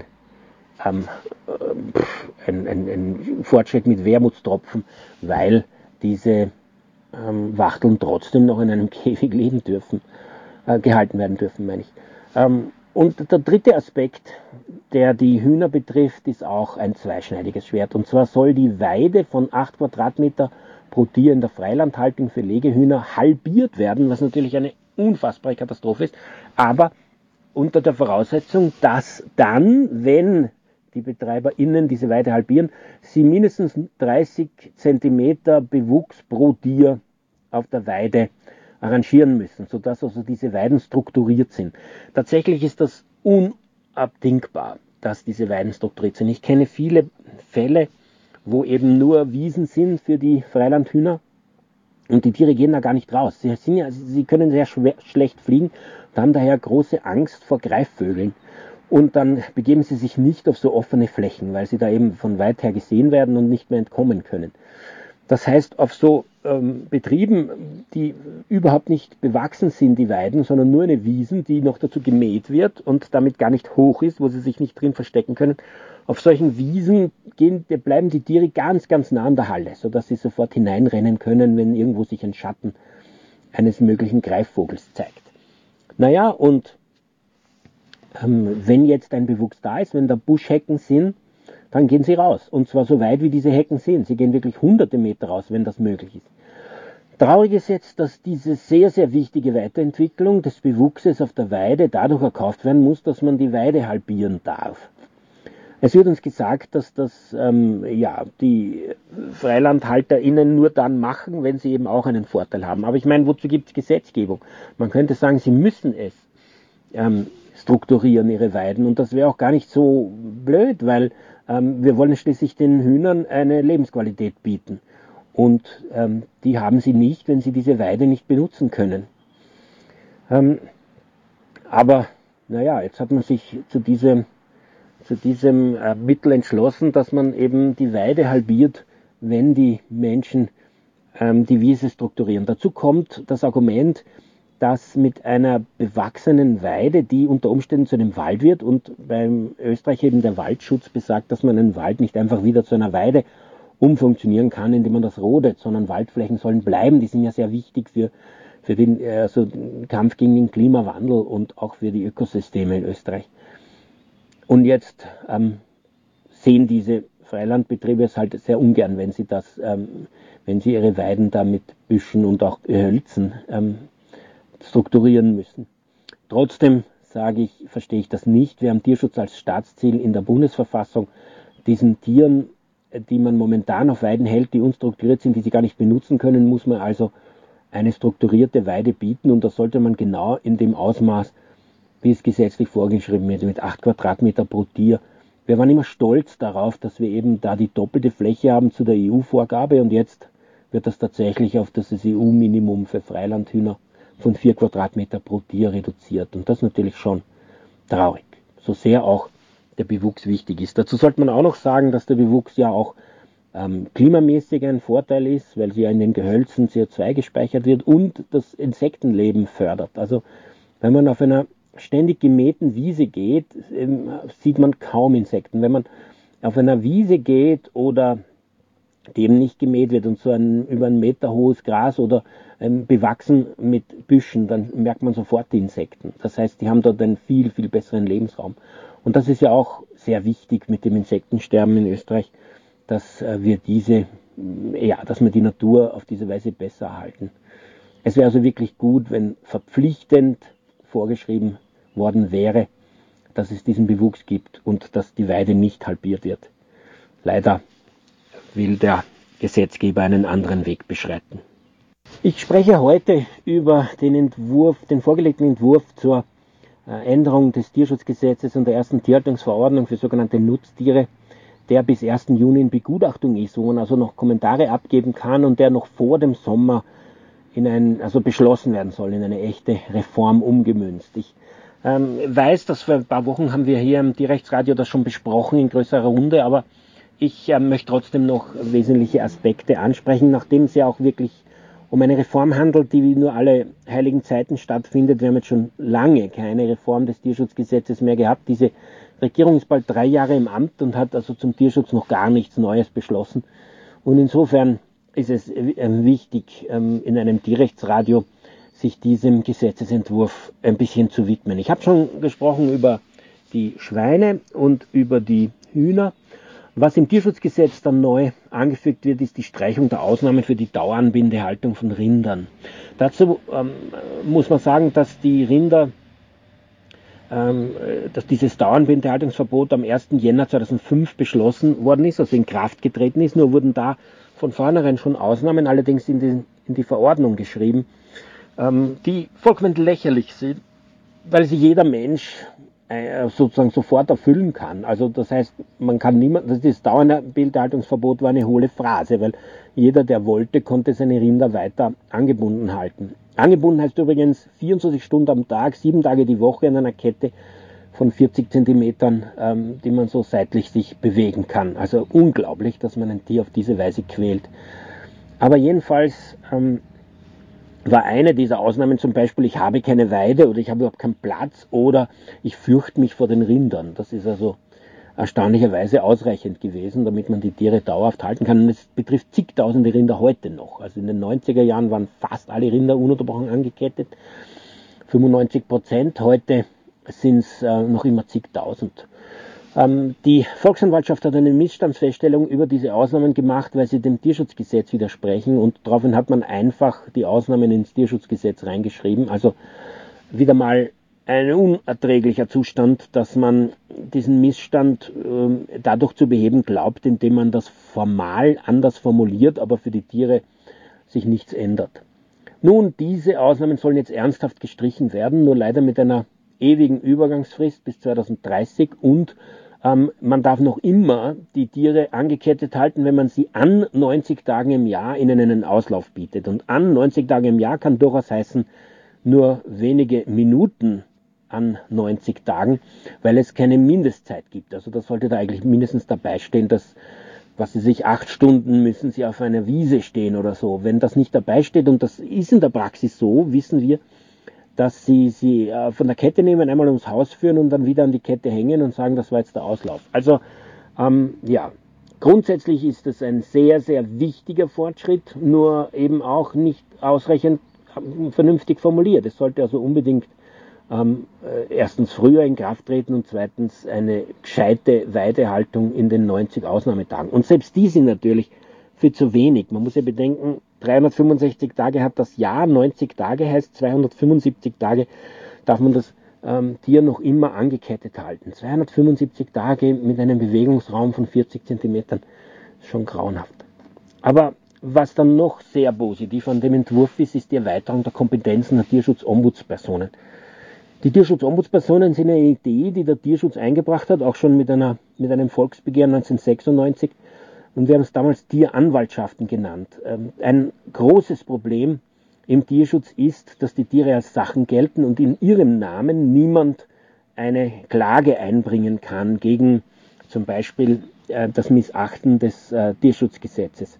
Fortschritt mit Wermutstropfen, weil diese Wachteln trotzdem noch in einem Käfig leben dürfen. Gehalten werden dürfen, meine ich. Und der dritte Aspekt, der die Hühner betrifft, ist auch ein zweischneidiges Schwert. Und zwar soll die Weide von 8 Quadratmeter pro Tier in der Freilandhaltung für Legehühner halbiert werden, was natürlich eine unfassbare Katastrophe ist, aber unter der Voraussetzung, dass dann, wenn die BetreiberInnen diese Weide halbieren, sie mindestens 30 Zentimeter Bewuchs pro Tier auf der Weide arrangieren müssen, sodass also diese Weiden strukturiert sind. Tatsächlich ist das unabdingbar, dass diese Weiden strukturiert sind. Ich kenne viele Fälle, wo eben nur Wiesen sind für die Freilandhühner und die Tiere gehen da gar nicht raus. Sie können sehr schlecht fliegen und haben daher große Angst vor Greifvögeln. Und dann begeben sie sich nicht auf so offene Flächen, weil sie da eben von weit her gesehen werden und nicht mehr entkommen können. Das heißt, auf so Betrieben, die überhaupt nicht bewachsen sind, die Weiden, sondern nur eine Wiesen, die noch dazu gemäht wird und damit gar nicht hoch ist, wo sie sich nicht drin verstecken können, auf solchen Wiesen bleiben die Tiere ganz, ganz nah an der Halle, sodass sie sofort hineinrennen können, wenn irgendwo sich ein Schatten eines möglichen Greifvogels zeigt. Naja, und wenn jetzt ein Bewuchs da ist, wenn da Buschhecken sind, dann gehen sie raus. Und zwar so weit, wie diese Hecken sind. Sie gehen wirklich hunderte Meter raus, wenn das möglich ist. Traurig ist jetzt, dass diese sehr, sehr wichtige Weiterentwicklung des Bewuchses auf der Weide dadurch erkauft werden muss, dass man die Weide halbieren darf. Es wird uns gesagt, dass das die FreilandhalterInnen nur dann machen, wenn sie eben auch einen Vorteil haben. Aber ich meine, wozu gibt es Gesetzgebung? Man könnte sagen, sie müssen es. strukturieren, ihre Weiden. Und das wäre auch gar nicht so blöd, weil wir wollen schließlich den Hühnern eine Lebensqualität bieten. Und die haben sie nicht, wenn sie diese Weide nicht benutzen können. Aber naja, jetzt hat man sich zu diesem Mittel entschlossen, dass man eben die Weide halbiert, wenn die Menschen die Wiese strukturieren. Dazu kommt das Argument, dass mit einer bewachsenen Weide, die unter Umständen zu einem Wald wird, und beim Österreich eben der Waldschutz besagt, dass man einen Wald nicht einfach wieder zu einer Weide umfunktionieren kann, indem man das rodet, sondern Waldflächen sollen bleiben. Die sind ja sehr wichtig für den Kampf gegen den Klimawandel und auch für die Ökosysteme in Österreich. Und jetzt sehen diese Freilandbetriebe es halt sehr ungern, wenn sie ihre Weiden da mit Büschen und auch Hölzen strukturieren müssen. Trotzdem verstehe ich das nicht. Wir haben Tierschutz als Staatsziel in der Bundesverfassung. Diesen Tieren, die man momentan auf Weiden hält, die unstrukturiert sind, die sie gar nicht benutzen können, muss man also eine strukturierte Weide bieten, und das sollte man genau in dem Ausmaß, wie es gesetzlich vorgeschrieben wird, mit 8 Quadratmeter pro Tier. Wir waren immer stolz darauf, dass wir eben da die doppelte Fläche haben zu der EU-Vorgabe, und jetzt wird das tatsächlich auf das EU-Minimum für Freilandhühner von 4 Quadratmeter pro Tier reduziert. Und das ist natürlich schon traurig, so sehr auch der Bewuchs wichtig ist. Dazu sollte man auch noch sagen, dass der Bewuchs ja auch klimamäßig ein Vorteil ist, weil sie ja in den Gehölzen CO2 gespeichert wird und das Insektenleben fördert. Also wenn man auf einer ständig gemähten Wiese geht, sieht man kaum Insekten. Wenn man auf einer Wiese geht oder die eben nicht gemäht wird und so über einen Meter hohes Gras oder bewachsen mit Büschen, dann merkt man sofort die Insekten. Das heißt, die haben dort einen viel, viel besseren Lebensraum. Und das ist ja auch sehr wichtig mit dem Insektensterben in Österreich, dass wir dass wir die Natur auf diese Weise besser erhalten. Es wäre also wirklich gut, wenn verpflichtend vorgeschrieben worden wäre, dass es diesen Bewuchs gibt und dass die Weide nicht halbiert wird. Leider will der Gesetzgeber einen anderen Weg beschreiten. Ich spreche heute über den vorgelegten Entwurf zur Änderung des Tierschutzgesetzes und der ersten Tierhaltungsverordnung für sogenannte Nutztiere, der bis 1. Juni in Begutachtung ist, wo man also noch Kommentare abgeben kann und der noch vor dem Sommer beschlossen werden soll, in eine echte Reform umgemünzt. Ich weiß, dass vor ein paar Wochen haben wir hier im Tierrechtsradio das schon besprochen in größerer Runde, aber ich möchte trotzdem noch wesentliche Aspekte ansprechen, nachdem es ja auch wirklich um eine Reform handelt, die nur alle heiligen Zeiten stattfindet. Wir haben jetzt schon lange keine Reform des Tierschutzgesetzes mehr gehabt. Diese Regierung ist bald 3 Jahre im Amt und hat also zum Tierschutz noch gar nichts Neues beschlossen. Und insofern ist es wichtig, in einem Tierrechtsradio sich diesem Gesetzesentwurf ein bisschen zu widmen. Ich habe schon gesprochen über die Schweine und über die Hühner. Was im Tierschutzgesetz dann neu angefügt wird, ist die Streichung der Ausnahme für die Daueranbindehaltung von Rindern. Dazu muss man sagen, dass dass dieses Daueranbindehaltungsverbot am 1. Jänner 2005 beschlossen worden ist, also in Kraft getreten ist. Nur wurden da von vornherein schon Ausnahmen, allerdings in die Verordnung geschrieben, die vollkommen lächerlich sind, weil sie jeder Mensch sozusagen sofort erfüllen kann. Also das heißt, das Daueranbindehaltungsverbot war eine hohle Phrase, weil jeder, der wollte, konnte seine Rinder weiter angebunden halten. Angebunden heißt übrigens 24 Stunden am Tag, 7 Tage die Woche an einer Kette von 40 Zentimetern, die man so seitlich sich bewegen kann. Also unglaublich, dass man ein Tier auf diese Weise quält. Aber jedenfalls war eine dieser Ausnahmen zum Beispiel, ich habe keine Weide oder ich habe überhaupt keinen Platz oder ich fürchte mich vor den Rindern. Das ist also erstaunlicherweise ausreichend gewesen, damit man die Tiere dauerhaft halten kann. Und es betrifft zigtausende Rinder heute noch. Also in den 90er Jahren waren fast alle Rinder ununterbrochen angekettet, 95%. Heute sind es noch immer zigtausend. Die Volksanwaltschaft hat eine Missstandsfeststellung über diese Ausnahmen gemacht, weil sie dem Tierschutzgesetz widersprechen, und daraufhin hat man einfach die Ausnahmen ins Tierschutzgesetz reingeschrieben. Also wieder mal ein unerträglicher Zustand, dass man diesen Missstand dadurch zu beheben glaubt, indem man das formal anders formuliert, aber für die Tiere sich nichts ändert. Nun, diese Ausnahmen sollen jetzt ernsthaft gestrichen werden, nur leider mit einer ewigen Übergangsfrist bis 2030 und man darf noch immer die Tiere angekettet halten, wenn man sie an 90 Tagen im Jahr ihnen einen Auslauf bietet. Und an 90 Tagen im Jahr kann durchaus heißen, nur wenige Minuten an 90 Tagen, weil es keine Mindestzeit gibt. Also das sollte da eigentlich mindestens dabei stehen, dass, 8 Stunden müssen sie auf einer Wiese stehen oder so. Wenn das nicht dabei steht, und das ist in der Praxis so, wissen wir, dass sie von der Kette nehmen, einmal ums Haus führen und dann wieder an die Kette hängen und sagen, das war jetzt der Auslauf. Also grundsätzlich ist es ein sehr, sehr wichtiger Fortschritt, nur eben auch nicht ausreichend vernünftig formuliert. Es sollte also unbedingt erstens früher in Kraft treten und zweitens eine gescheite Weidehaltung in den 90 Ausnahmetagen. Und selbst die sind natürlich viel zu wenig. Man muss ja bedenken, 365 Tage hat das Jahr, 90 Tage heißt 275 Tage darf man das Tier noch immer angekettet halten. 275 Tage mit einem Bewegungsraum von 40 Zentimetern ist schon grauenhaft. Aber was dann noch sehr positiv an dem Entwurf ist, ist die Erweiterung der Kompetenzen der Tierschutzombudspersonen. Die Tierschutzombudspersonen sind eine Idee, die der Tierschutz eingebracht hat, auch schon mit einem Volksbegehren 1996. Und wir haben es damals Tieranwaltschaften genannt. Ein großes Problem im Tierschutz ist, dass die Tiere als Sachen gelten und in ihrem Namen niemand eine Klage einbringen kann gegen zum Beispiel das Missachten des Tierschutzgesetzes.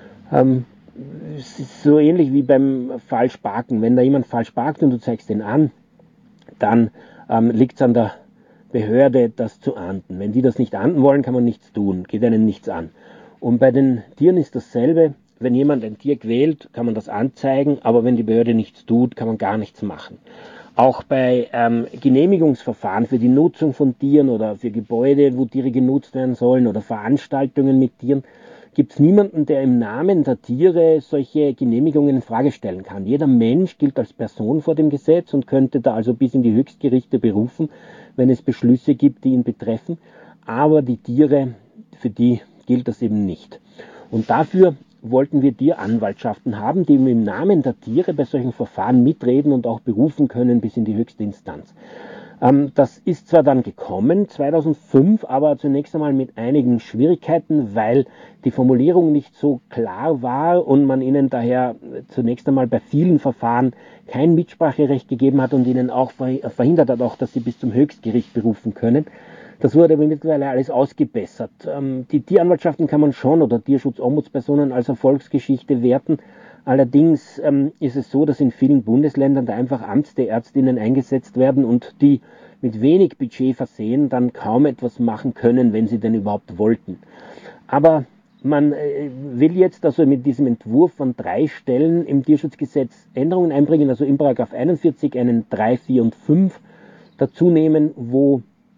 Es ist so ähnlich wie beim Falschparken. Wenn da jemand falsch parkt und du zeigst den an, dann liegt es an der Behörde, das zu ahnden. Wenn die das nicht ahnden wollen, kann man nichts tun, geht einem nichts an. Und bei den Tieren ist dasselbe. Wenn jemand ein Tier quält, kann man das anzeigen, aber wenn die Behörde nichts tut, kann man gar nichts machen. Auch bei Genehmigungsverfahren für die Nutzung von Tieren oder für Gebäude, wo Tiere genutzt werden sollen oder Veranstaltungen mit Tieren, gibt es niemanden, der im Namen der Tiere solche Genehmigungen in Frage stellen kann. Jeder Mensch gilt als Person vor dem Gesetz und könnte da also bis in die Höchstgerichte berufen, wenn es Beschlüsse gibt, die ihn betreffen. Aber die Tiere, für die gilt das eben nicht. Und dafür wollten wir Tieranwaltschaften haben, die im Namen der Tiere bei solchen Verfahren mitreden und auch berufen können bis in die höchste Instanz. Das ist zwar dann gekommen, 2005, aber zunächst einmal mit einigen Schwierigkeiten, weil die Formulierung nicht so klar war und man ihnen daher zunächst einmal bei vielen Verfahren kein Mitspracherecht gegeben hat und ihnen auch verhindert hat, auch, dass sie bis zum Höchstgericht berufen können. Das wurde aber mittlerweile alles ausgebessert. Die Tieranwaltschaften kann man schon oder Tierschutzombudspersonen als Erfolgsgeschichte werten. Allerdings ist es so, dass in vielen Bundesländern da einfach Amtsärztinnen eingesetzt werden und die mit wenig Budget versehen dann kaum etwas machen können, wenn sie denn überhaupt wollten. Aber man will jetzt also mit diesem Entwurf an 3 Stellen im Tierschutzgesetz Änderungen einbringen, also in Paragraph 41 einen 3, 4 und 5 dazu nehmen, wo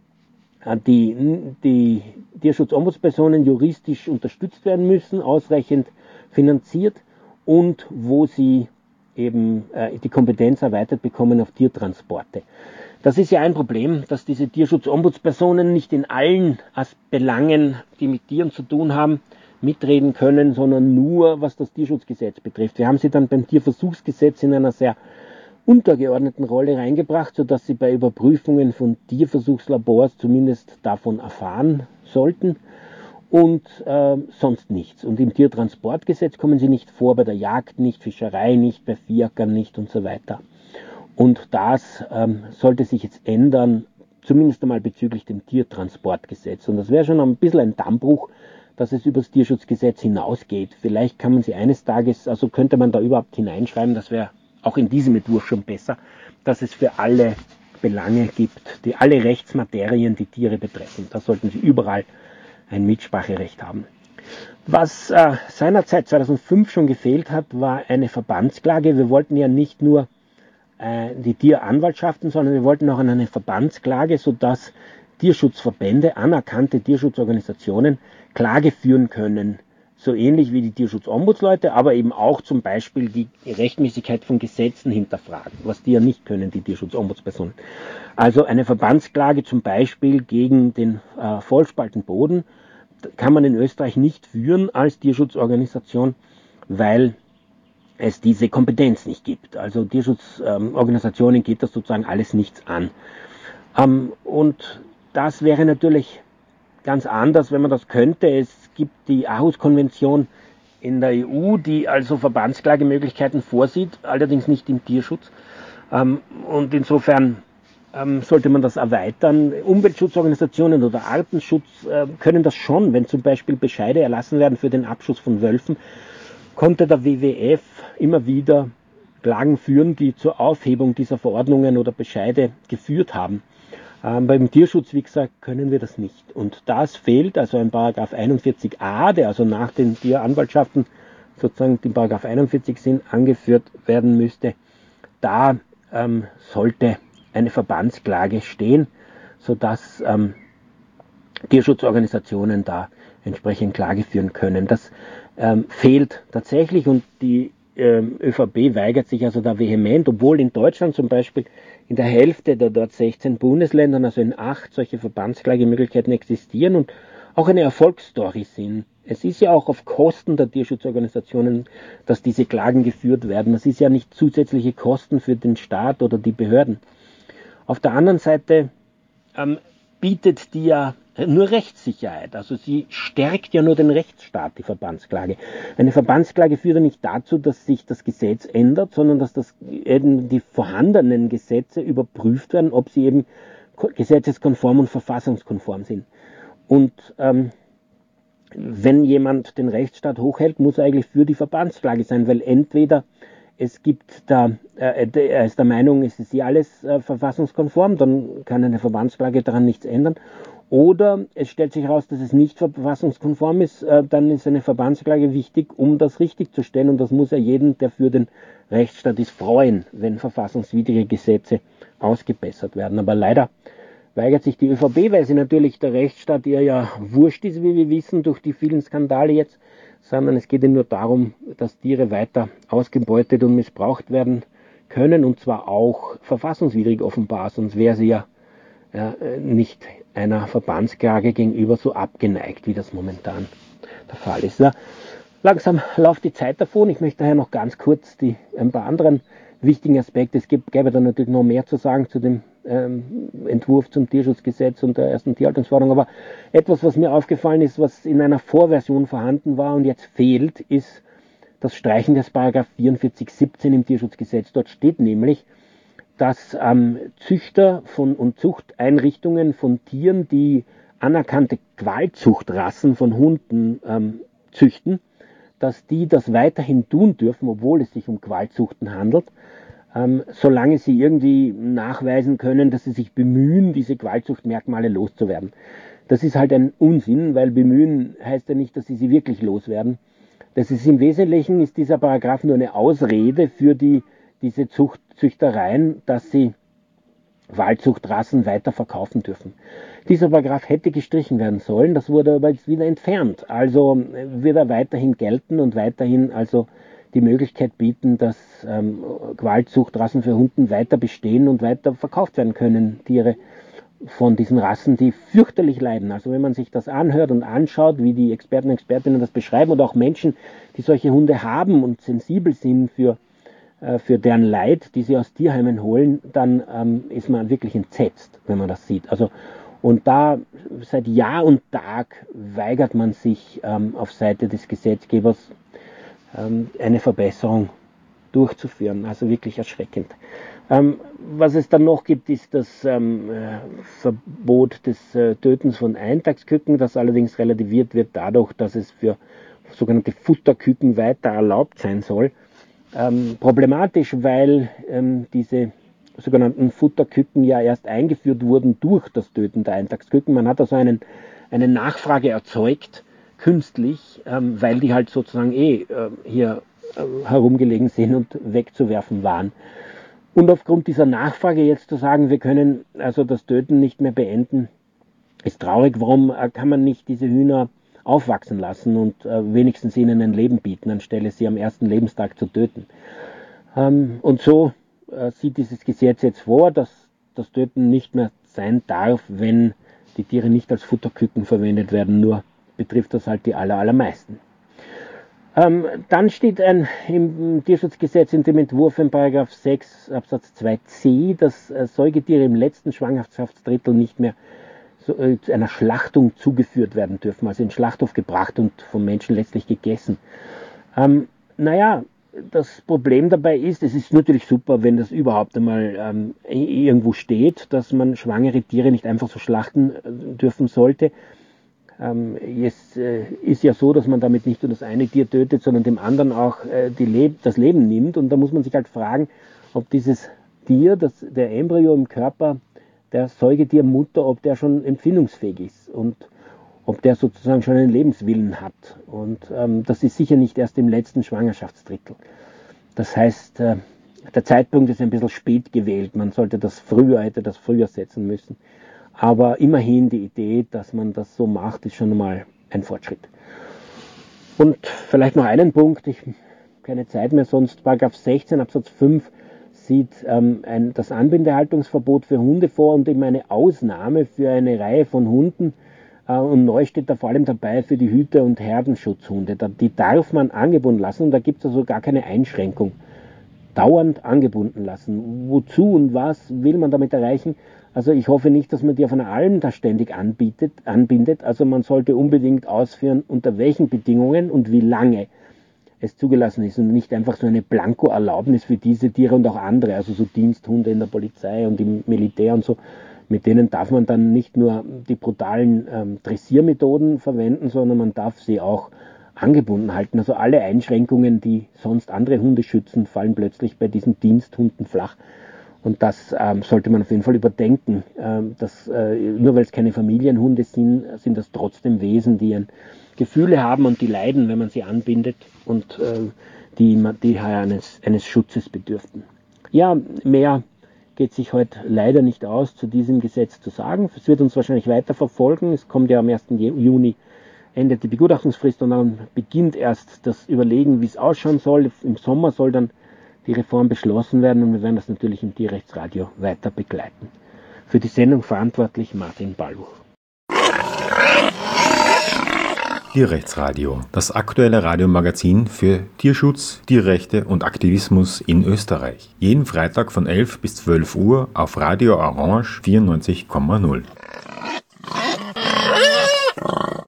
die Tierschutzombudspersonen juristisch unterstützt werden müssen, ausreichend finanziert und wo sie eben die Kompetenz erweitert bekommen auf Tiertransporte. Das ist ja ein Problem, dass diese Tierschutzombudspersonen nicht in allen Belangen, die mit Tieren zu tun haben, mitreden können, sondern nur, was das Tierschutzgesetz betrifft. Wir haben sie dann beim Tierversuchsgesetz in einer sehr untergeordneten Rolle reingebracht, sodass sie bei Überprüfungen von Tierversuchslabors zumindest davon erfahren sollten und sonst nichts. Und im Tiertransportgesetz kommen sie nicht vor, bei der Jagd nicht, Fischerei nicht, bei Viehjagern nicht und so weiter. Und das sollte sich jetzt ändern, zumindest einmal bezüglich dem Tiertransportgesetz. Und das wäre schon ein bisschen ein Dammbruch, dass es über das Tierschutzgesetz hinausgeht. Vielleicht kann man sie eines Tages, also könnte man da überhaupt hineinschreiben, das wäre auch in diesem Entwurf schon besser, dass es für alle Belange gibt, alle Rechtsmaterien, die Tiere betreffen. Da sollten sie überall ein Mitspracherecht haben. Was seinerzeit 2005 schon gefehlt hat, war eine Verbandsklage. Wir wollten ja nicht nur die Tieranwaltschaften, sondern wir wollten auch eine Verbandsklage, sodass Tierschutzverbände, anerkannte Tierschutzorganisationen Klage führen können. So ähnlich wie die Tierschutzombudsleute, aber eben auch zum Beispiel die Rechtmäßigkeit von Gesetzen hinterfragen, was die ja nicht können, die Tierschutzombudspersonen. Also eine Verbandsklage zum Beispiel gegen den Vollspaltenboden kann man in Österreich nicht führen als Tierschutzorganisation, weil es diese Kompetenz nicht gibt. Also Tierschutzorganisationen geht das sozusagen alles nichts an. Und das wäre natürlich ganz anders, wenn man das könnte. Es gibt die Aarhus-Konvention in der EU, die also Verbandsklagemöglichkeiten vorsieht, allerdings nicht im Tierschutz. Und insofern sollte man das erweitern. Umweltschutzorganisationen oder Artenschutz können das schon, wenn zum Beispiel Bescheide erlassen werden für den Abschuss von Wölfen, konnte der WWF immer wieder Klagen führen, die zur Aufhebung dieser Verordnungen oder Bescheide geführt haben. Beim Tierschutz, wie gesagt, können wir das nicht. Und das fehlt, also ein Paragraph 41a, der also nach den Tieranwaltschaften sozusagen die Paragraph 41 sind, angeführt werden müsste. Da sollte eine Verbandsklage stehen, sodass Tierschutzorganisationen da entsprechend Klage führen können. Das fehlt tatsächlich und die ÖVP weigert sich also da vehement, obwohl in Deutschland zum Beispiel in der Hälfte der dort 16 Bundesländern, also in 8, solche Verbandsklagemöglichkeiten existieren und auch eine Erfolgsstory sind. Es ist ja auch auf Kosten der Tierschutzorganisationen, dass diese Klagen geführt werden. Das ist ja nicht zusätzliche Kosten für den Staat oder die Behörden. Auf der anderen Seite bietet die ja nur Rechtssicherheit. Also sie stärkt ja nur den Rechtsstaat, die Verbandsklage. Eine Verbandsklage führt ja nicht dazu, dass sich das Gesetz ändert, sondern dass eben die vorhandenen Gesetze überprüft werden, ob sie eben gesetzeskonform und verfassungskonform sind. Und wenn jemand den Rechtsstaat hochhält, muss er eigentlich für die Verbandsklage sein, weil entweder es gibt er ist der Meinung, es ist alles verfassungskonform, dann kann eine Verbandsklage daran nichts ändern. Oder es stellt sich heraus, dass es nicht verfassungskonform ist, dann ist eine Verbandsklage wichtig, um das richtig zu stellen. Und das muss ja jeden, der für den Rechtsstaat ist, freuen, wenn verfassungswidrige Gesetze ausgebessert werden. Aber leider weigert sich die ÖVP, weil sie natürlich der Rechtsstaat ihr ja wurscht ist, wie wir wissen, durch die vielen Skandale jetzt, sondern es geht ihnen nur darum, dass Tiere weiter ausgebeutet und missbraucht werden können, und zwar auch verfassungswidrig offenbar, sonst wäre sie ja nicht einer Verbandsklage gegenüber so abgeneigt, wie das momentan der Fall ist. Ja, langsam läuft die Zeit davon. Ich möchte daher noch ganz kurz ein paar anderen wichtigen Aspekte, es gäbe da natürlich noch mehr zu sagen zu dem Entwurf zum Tierschutzgesetz und der ersten Tierhaltungsverordnung, aber etwas, was mir aufgefallen ist, was in einer Vorversion vorhanden war und jetzt fehlt, ist das Streichen des Paragraph 4417 im Tierschutzgesetz. Dort steht nämlich, dass Züchter und Zuchteinrichtungen von Tieren, die anerkannte Qualzuchtrassen von Hunden züchten, dass die das weiterhin tun dürfen, obwohl es sich um Qualzuchten handelt, solange sie irgendwie nachweisen können, dass sie sich bemühen, diese Qualzuchtmerkmale loszuwerden. Das ist halt ein Unsinn, weil bemühen heißt ja nicht, dass sie wirklich loswerden. Das ist im Wesentlichen, ist dieser Paragraph nur eine Ausrede für diese Züchtereien, dass sie Qualzuchtrassen weiter verkaufen dürfen. Dieser Paragraph hätte gestrichen werden sollen, das wurde aber jetzt wieder entfernt. Also wird er weiterhin gelten und weiterhin also die Möglichkeit bieten, dass Qualzuchtrassen für Hunden weiter bestehen und weiter verkauft werden können, Tiere von diesen Rassen, die fürchterlich leiden. Also wenn man sich das anhört und anschaut, wie die Experten und Expertinnen das beschreiben und auch Menschen, die solche Hunde haben und sensibel sind für deren Leid, die sie aus Tierheimen holen, dann ist man wirklich entsetzt, wenn man das sieht. Also, und da seit Jahr und Tag weigert man sich auf Seite des Gesetzgebers eine Verbesserung durchzuführen. Also wirklich erschreckend. Was es dann noch gibt, ist das Verbot des Tötens von Eintagsküken, das allerdings relativiert wird dadurch, dass es für sogenannte Futterküken weiter erlaubt sein soll. Problematisch, weil diese sogenannten Futterküken ja erst eingeführt wurden durch das Töten der Eintagsküken. Man hat also eine Nachfrage erzeugt, künstlich, weil die halt sozusagen hier herumgelegen sind und wegzuwerfen waren. Und aufgrund dieser Nachfrage jetzt zu sagen, wir können also das Töten nicht mehr beenden, ist traurig. Warum kann man nicht diese Hühner aufwachsen lassen und wenigstens ihnen ein Leben bieten, anstelle sie am ersten Lebenstag zu töten? Und so sieht dieses Gesetz jetzt vor, dass das Töten nicht mehr sein darf, wenn die Tiere nicht als Futterküken verwendet werden, nur betrifft das halt die allermeisten. Dann steht im Tierschutzgesetz in dem Entwurf in § 6 Absatz 2c, dass Säugetiere im letzten Schwangerschaftsdrittel nicht mehr zu einer Schlachtung zugeführt werden dürfen, also in den Schlachthof gebracht und vom Menschen letztlich gegessen. Das Problem dabei ist, es ist natürlich super, wenn das überhaupt einmal irgendwo steht, dass man schwangere Tiere nicht einfach so schlachten dürfen sollte. Es ist ja so, dass man damit nicht nur das eine Tier tötet, sondern dem anderen auch das Leben nimmt. Und da muss man sich halt fragen, ob dieses Tier, der Embryo im Körper der Säugetiermutter, ob der schon empfindungsfähig ist und ob der sozusagen schon einen Lebenswillen hat. Und das ist sicher nicht erst im letzten Schwangerschaftsdrittel. Das heißt, der Zeitpunkt ist ein bisschen spät gewählt. Man hätte das früher setzen müssen. Aber immerhin die Idee, dass man das so macht, ist schon einmal ein Fortschritt. Und vielleicht noch einen Punkt, keine Zeit mehr, sonst § 16 Absatz 5 sieht das Anbindehaltungsverbot für Hunde vor und eben eine Ausnahme für eine Reihe von Hunden. Und neu steht da vor allem dabei für die Hüter- und Herdenschutzhunde. Die darf man angebunden lassen und da gibt es also gar keine Einschränkung. Dauernd angebunden lassen. Wozu und was will man damit erreichen? Also ich hoffe nicht, dass man die auf einer Alm da ständig anbindet. Also man sollte unbedingt ausführen, unter welchen Bedingungen und wie lange es zugelassen ist und nicht einfach so eine Blanko-Erlaubnis für diese Tiere und auch andere, also so Diensthunde in der Polizei und im Militär und so. Mit denen darf man dann nicht nur die brutalen Dressiermethoden verwenden, sondern man darf sie auch angebunden halten. Also alle Einschränkungen, die sonst andere Hunde schützen, fallen plötzlich bei diesen Diensthunden flach. Und das sollte man auf jeden Fall überdenken. Nur weil es keine Familienhunde sind, sind das trotzdem Wesen, die Gefühle haben und die leiden, wenn man sie anbindet und die eines Schutzes bedürften. Ja, mehr geht sich heute leider nicht aus, zu diesem Gesetz zu sagen. Es wird uns wahrscheinlich weiter verfolgen. Es kommt ja am 1. Juni, endet die Begutachtungsfrist und dann beginnt erst das Überlegen, wie es ausschauen soll. Im Sommer soll dann die Reform beschlossen werden und wir werden das natürlich im Tierrechtsradio weiter begleiten. Für die Sendung verantwortlich Martin Balluch. Tierrechtsradio, das aktuelle Radiomagazin für Tierschutz, Tierrechte und Aktivismus in Österreich. Jeden Freitag von 11 bis 12 Uhr auf Radio Orange 94,0.